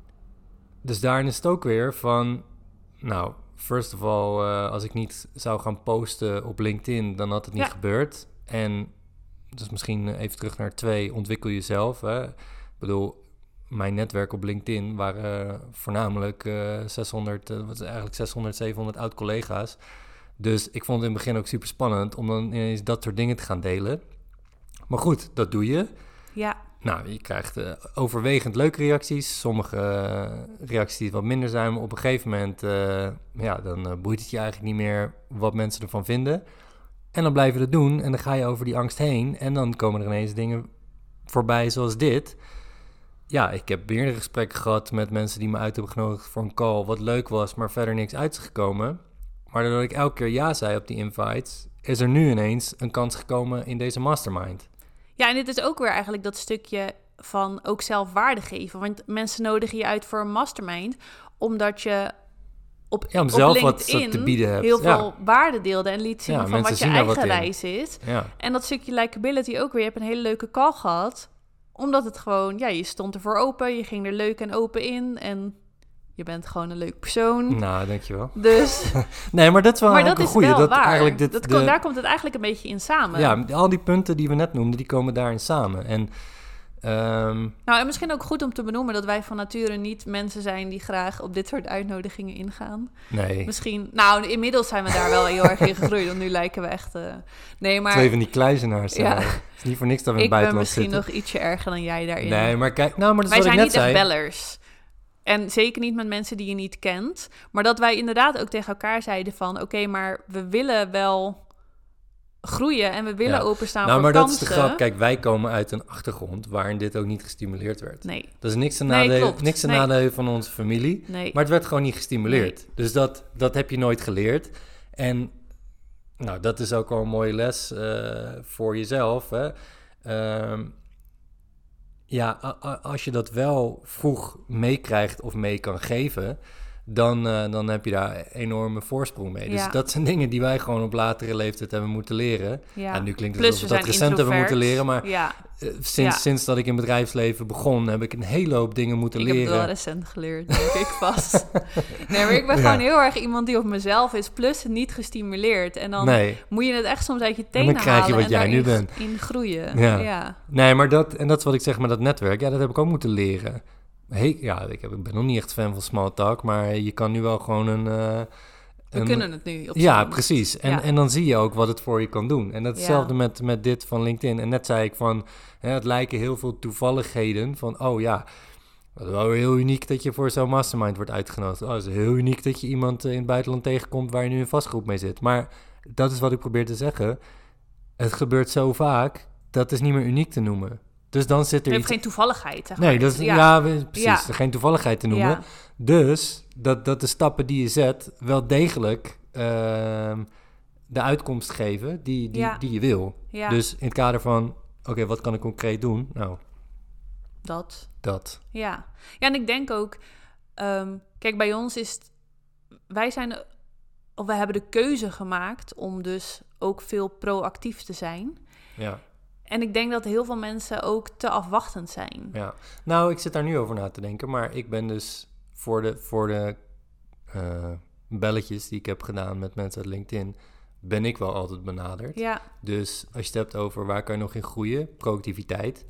Dus daarin is het ook weer van... Nou, first of all... Uh, als ik niet zou gaan posten op LinkedIn... dan had het niet ja. gebeurd. En dus misschien even terug naar twee... ontwikkel jezelf. Hè. Ik bedoel... Mijn netwerk op LinkedIn waren uh, voornamelijk uh, zeshonderd... Uh, wat is eigenlijk zeshonderd, zevenhonderd oud-collega's... Dus ik vond het in het begin ook super spannend om dan ineens dat soort dingen te gaan delen. Maar goed, dat doe je. Ja. Nou, je krijgt uh, overwegend leuke reacties. Sommige uh, reacties die wat minder zijn. Maar op een gegeven moment, uh, ja, dan uh, boeit het je eigenlijk niet meer wat mensen ervan vinden. En dan blijf je dat doen en dan ga je over die angst heen. En dan komen er ineens dingen voorbij zoals dit. Ja, ik heb meerdere gesprekken gehad met mensen die me uit hebben genodigd voor een call. Wat leuk was, maar verder niks uit is gekomen. Maar doordat ik elke keer ja zei op die invites... is er nu ineens een kans gekomen in deze mastermind. Ja, en dit is ook weer eigenlijk dat stukje van ook zelf waarde geven. Want mensen nodigen je uit voor een mastermind... omdat je op, ja, om op zelf LinkedIn wat te bieden hebt. heel Ja. veel waarde deelde... en liet zien ja, van wat je eigen eigen wat reis is. Ja. En dat stukje likability ook weer. Je hebt een hele leuke call gehad... omdat het gewoon... ja, je stond ervoor open, je ging er leuk en open in... en je bent gewoon een leuk persoon. Nou, dankjewel. Dus... nee, maar dat is wel maar dat een is goeie. wel dat waar. Eigenlijk dit, dat de... komt, daar komt het eigenlijk een beetje in samen. Ja, al die punten die we net noemden, die komen daarin samen. En, um... nou, en misschien ook goed om te benoemen dat wij van nature niet mensen zijn die graag op dit soort uitnodigingen ingaan. Nee. Misschien, nou, inmiddels zijn we daar wel heel erg in gegroeid, want nu lijken we echt... Uh... Nee, maar... Twee van die kluizenaars. Ja. Uh, het is niet voor niks dat we in het buitenland zitten. Ik ben misschien nog ietsje erger dan jij daarin. Nee, maar kijk, nou, maar dat is wij wat zijn ik net niet zei. echt bellers. En zeker niet met mensen die je niet kent. Maar dat wij inderdaad ook tegen elkaar zeiden van... oké, okay, maar we willen wel groeien en we willen ja. openstaan nou, voor kansen. kansen. Maar dat is de grap. Kijk, wij komen uit een achtergrond waarin dit ook niet gestimuleerd werd. Nee. Dat is niks ten nadele, nee, niks ten nee. nadele van onze familie. Nee. Maar het werd gewoon niet gestimuleerd. Nee. Dus dat, dat heb je nooit geleerd. En nou, dat is ook wel een mooie les uh, voor jezelf, hè. Um, Ja, als je dat wel vroeg meekrijgt of mee kan geven... Dan, uh, dan heb je daar een enorme voorsprong mee. Dus ja. dat zijn dingen die wij gewoon op latere leeftijd hebben moeten leren. Ja. En nu klinkt het Plus, alsof we dat recent hebben moeten leren. Maar ja. uh, sinds, ja. sinds dat ik in bedrijfsleven begon... heb ik een hele hoop dingen moeten ik leren. Ik heb het wel recent geleerd, denk ik vast. Nee, maar ik ben ja. gewoon heel erg iemand die op mezelf is... plus niet gestimuleerd. En dan nee. moet je het echt soms uit je tenen halen... en dan krijg je wat en jij nu bent. in groeien. Ja. Ja. Nee, maar dat, en dat is wat ik zeg met dat netwerk. Ja, dat heb ik ook moeten leren... Hey, ja, ik, heb, ik ben nog niet echt fan van small talk, maar je kan nu wel gewoon een... Uh, We een, kunnen het nu op Ja, precies. En, ja. en dan zie je ook wat het voor je kan doen. En dat is hetzelfde ja. met, met dit van LinkedIn. En net zei ik van, hè, het lijken heel veel toevalligheden van, oh ja, Dat is wel heel uniek dat je voor zo'n mastermind wordt uitgenodigd. Oh, het is heel uniek dat je iemand in het buitenland tegenkomt waar je nu een vastgroep mee zit. Maar dat is wat ik probeer te zeggen. Het gebeurt zo vaak, dat is niet meer uniek te noemen. Dus dan zit er Je hebt iets... geen toevalligheid, zeg maar. Nee, dat is, ja. ja, precies. Ja. Geen toevalligheid te noemen. Ja. Dus dat, dat de stappen die je zet wel degelijk uh, de uitkomst geven die, die, ja. die je wil. Ja. Dus in het kader van, oké, okay, wat kan ik concreet doen? Nou, dat. Dat. Ja. Ja, en ik denk ook, um, kijk, bij ons is het, wij zijn, of we hebben de keuze gemaakt om dus ook veel proactief te zijn. Ja. En ik denk dat heel veel mensen ook te afwachtend zijn. Ja, nou, ik zit daar nu over na te denken. Maar ik ben dus voor de, voor de uh, belletjes die ik heb gedaan met mensen uit LinkedIn, ben ik wel altijd benaderd. Ja. Dus als je het hebt over waar kan je nog in groeien, productiviteit,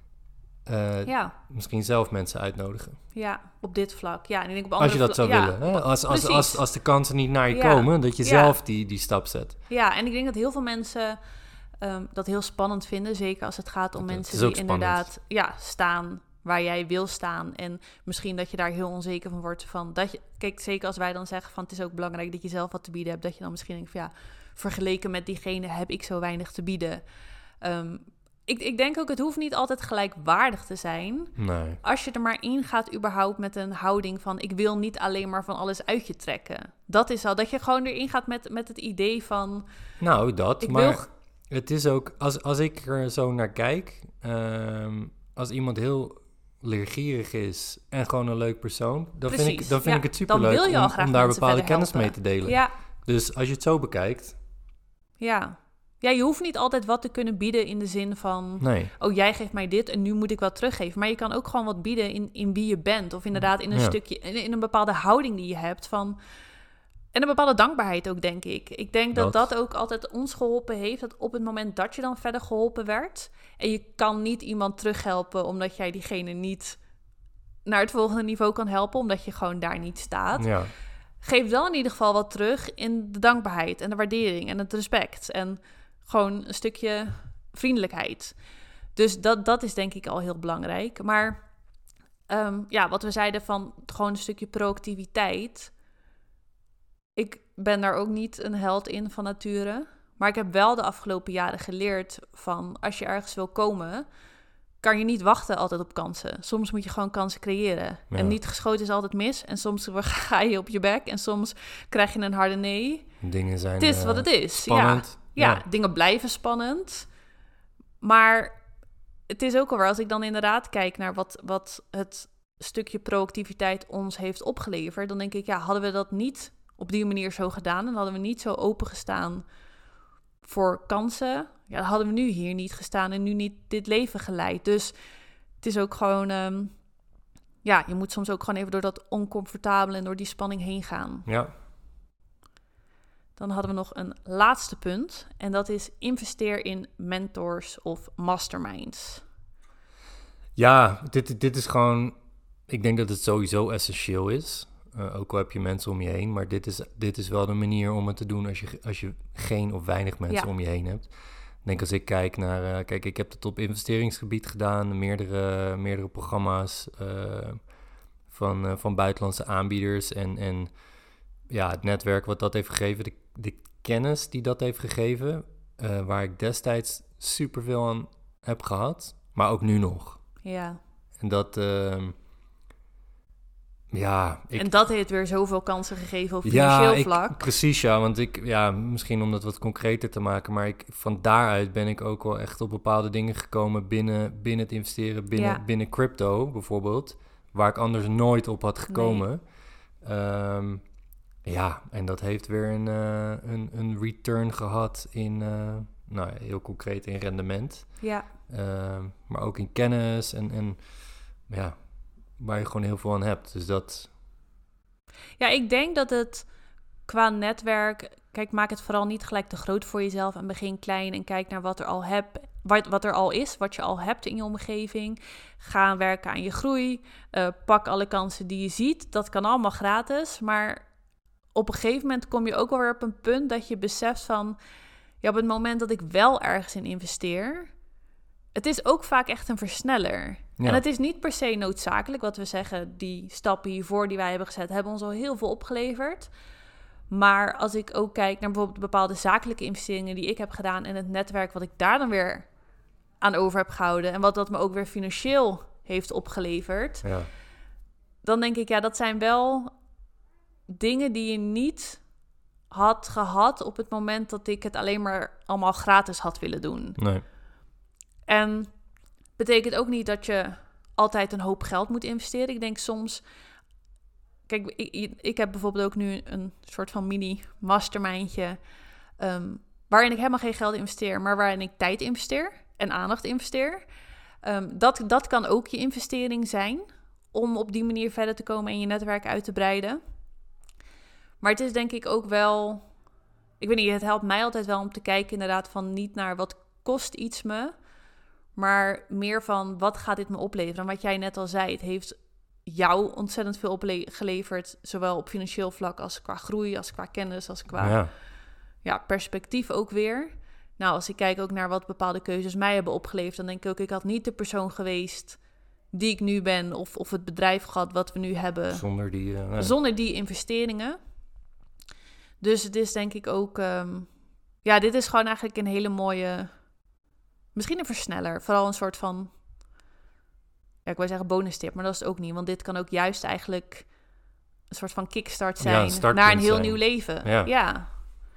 uh, ja. misschien zelf mensen uitnodigen. Ja, op dit vlak. Ja, en ik denk op als je dat vla- zou ja, willen. Hè? Als, als, als, als de kansen niet naar je ja. komen, dat je ja. zelf die, die stap zet. Ja, en ik denk dat heel veel mensen um, dat heel spannend vinden. Zeker als het gaat om dat mensen die spannend. inderdaad ja, staan waar jij wil staan. En misschien dat je daar heel onzeker van wordt. Van dat je, kijk, zeker als wij dan zeggen van het is ook belangrijk dat je zelf wat te bieden hebt. Dat je dan misschien denkt van ja, vergeleken met diegene heb ik zo weinig te bieden. Um, ik, ik denk ook, het hoeft niet altijd gelijkwaardig te zijn. Nee. Als je er maar in gaat überhaupt met een houding van ik wil niet alleen maar van alles uit je trekken. Dat is al, dat je gewoon erin gaat met, met het idee van... Nou, dat, ik maar wil... het is ook, als, als ik er zo naar kijk, um, als iemand heel leergierig is en gewoon een leuk persoon, dan Precies, vind ik, dan vind ja, ik het superleuk om, om daar bepaalde kennis helpen. mee te delen. Ja. Dus als je het zo bekijkt... Ja. Ja, je hoeft niet altijd wat te kunnen bieden in de zin van... Nee. Oh, jij geeft mij dit en nu moet ik wat teruggeven. Maar je kan ook gewoon wat bieden in, in wie je bent. Of inderdaad in een ja. stukje, in, in een bepaalde houding die je hebt van... En een bepaalde dankbaarheid ook, denk ik. Ik denk dat dat, dat ook altijd ons geholpen heeft. Dat op het moment dat je dan verder geholpen werd... en je kan niet iemand terughelpen omdat jij diegene niet naar het volgende niveau kan helpen... omdat je gewoon daar niet staat. Ja. Geef dan in ieder geval wat terug in de dankbaarheid en de waardering en het respect. En gewoon een stukje vriendelijkheid. Dus dat, dat is denk ik al heel belangrijk. Maar um, ja, wat we zeiden van gewoon een stukje proactiviteit... Ik ben daar ook niet een held in van nature. Maar ik heb wel de afgelopen jaren geleerd van... als je ergens wil komen, kan je niet wachten altijd op kansen. Soms moet je gewoon kansen creëren. Ja. En niet geschoten is altijd mis. En soms ga je op je bek. En soms krijg je een harde nee. Dingen zijn Het is uh, wat het is. Spannend. Ja, ja, ja, dingen blijven spannend. Maar het is ook alweer als ik dan inderdaad kijk naar wat, wat het stukje proactiviteit ons heeft opgeleverd... dan denk ik, ja, hadden we dat niet... op die manier zo gedaan en hadden we niet zo opengestaan voor kansen, ja, dan hadden we nu hier niet gestaan en nu niet dit leven geleid. Dus het is ook gewoon, um, ja, je moet soms ook gewoon even door dat oncomfortabele en door die spanning heen gaan. Ja. Dan hadden we nog een laatste punt en dat is investeer in mentors of masterminds. Ja, dit, dit is gewoon, ik denk dat het sowieso essentieel is. Uh, ook al heb je mensen om je heen, maar dit is, dit is wel de manier om het te doen als je, als je geen of weinig mensen ja. om je heen hebt. Ik denk als ik kijk naar, uh, kijk, ik heb het op investeringsgebied gedaan, meerdere, meerdere programma's uh, van, uh, van buitenlandse aanbieders en, en ja, het netwerk wat dat heeft gegeven, de, de kennis die dat heeft gegeven, uh, waar ik destijds superveel aan heb gehad, maar ook nu nog. Ja. En dat... Uh, Ja, ik, en dat heeft weer zoveel kansen gegeven op financieel ja, vlak. Ik, precies, ja. Want ik, ja, misschien om dat wat concreter te maken, maar ik, van daaruit ben ik ook wel echt op bepaalde dingen gekomen binnen, binnen het investeren, binnen, ja. binnen crypto bijvoorbeeld, waar ik anders nooit op had gekomen. Nee. Um, ja, en dat heeft weer een, uh, een, een return gehad in, uh, nou heel concreet in rendement. Ja. Uh, maar ook in kennis en, en ja... waar je gewoon heel veel aan hebt. Dus dat... Ja, ik denk dat het qua netwerk... Kijk, maak het vooral niet gelijk te groot voor jezelf... en begin klein en kijk naar wat er al, heb, wat, wat er al is... wat je al hebt in je omgeving. Ga werken aan je groei. Uh, pak alle kansen die je ziet. Dat kan allemaal gratis. Maar op een gegeven moment kom je ook wel weer op een punt... dat je beseft van... ja, op het moment dat ik wel ergens in investeer... het is ook vaak echt een versneller... Ja. En het is niet per se noodzakelijk wat we zeggen, die stappen hiervoor die wij hebben gezet, hebben ons al heel veel opgeleverd. Maar als ik ook kijk naar bijvoorbeeld bepaalde zakelijke investeringen die ik heb gedaan en het netwerk wat ik daar dan weer aan over heb gehouden en wat dat me ook weer financieel heeft opgeleverd, Ja. dan denk ik, ja, dat zijn wel dingen die je niet had gehad op het moment dat ik het alleen maar allemaal gratis had willen doen. Nee. En betekent ook niet dat je altijd een hoop geld moet investeren. Ik denk soms, kijk, ik, ik heb bijvoorbeeld ook nu een soort van mini mastermindje, um, waarin ik helemaal geen geld investeer, maar waarin ik tijd investeer en aandacht investeer. Um, dat, dat kan ook je investering zijn om op die manier verder te komen en je netwerk uit te breiden. Maar het is denk ik ook wel, ik weet niet, het helpt mij altijd wel om te kijken inderdaad van niet naar wat kost iets me, maar meer van wat gaat dit me opleveren. En wat jij net al zei, het heeft jou ontzettend veel opgeleverd, zowel op financieel vlak als qua groei, als qua kennis, als qua Ja. ja, perspectief ook weer. Nou, als ik kijk ook naar wat bepaalde keuzes mij hebben opgeleverd, dan denk ik ook, ik had niet de persoon geweest die ik nu ben, of, of het bedrijf gehad wat we nu hebben, Zonder die... Uh, nee. zonder die investeringen. Dus het is denk ik ook, um, ja, dit is gewoon eigenlijk een hele mooie, misschien een versneller, vooral een soort van, ja, ik wou zeggen bonus tip, maar dat is het ook niet, want dit kan ook juist eigenlijk een soort van kickstart zijn, Ja, een startpunt naar een heel zijn. nieuw leven. Ja. ja.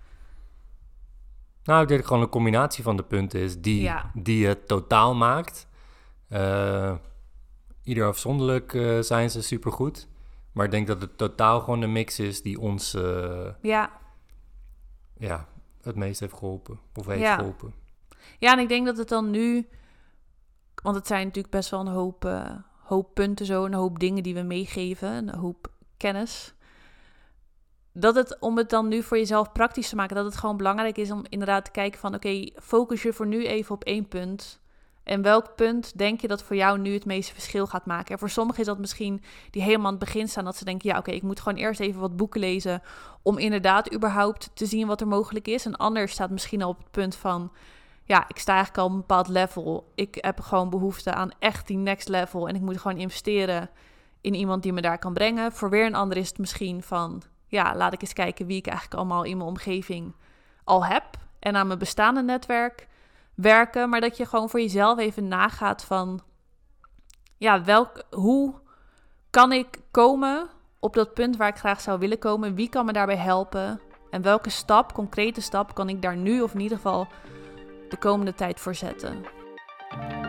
Nou, ik denk dat het gewoon een combinatie van de punten is die, Ja. die het totaal maakt. Uh, ieder afzonderlijk uh, zijn ze supergoed. Maar ik denk dat het totaal gewoon de mix is die ons uh, Ja. ja, het meest heeft geholpen. Of heeft Ja. geholpen. Ja, en ik denk dat het dan nu, want het zijn natuurlijk best wel een hoop, uh, hoop punten zo, een hoop dingen die we meegeven, een hoop kennis. Dat het, om het dan nu voor jezelf praktisch te maken, dat het gewoon belangrijk is om inderdaad te kijken van, oké, okay, focus je voor nu even op één punt. En welk punt denk je dat voor jou nu het meeste verschil gaat maken? En voor sommigen is dat misschien die helemaal aan het begin staan, dat ze denken, ja, oké, okay, ik moet gewoon eerst even wat boeken lezen om inderdaad überhaupt te zien wat er mogelijk is. En ander staat misschien al op het punt van, ja, ik sta eigenlijk al op een bepaald level. Ik heb gewoon behoefte aan echt die next level en ik moet gewoon investeren in iemand die me daar kan brengen. Voor weer een ander is het misschien van, ja, laat ik eens kijken wie ik eigenlijk allemaal in mijn omgeving al heb en aan mijn bestaande netwerk werken, maar dat je gewoon voor jezelf even nagaat van, ja, welk, hoe kan ik komen op dat punt waar ik graag zou willen komen? Wie kan me daarbij helpen? En welke stap, concrete stap, kan ik daar nu of in ieder geval de komende tijd voor zetten?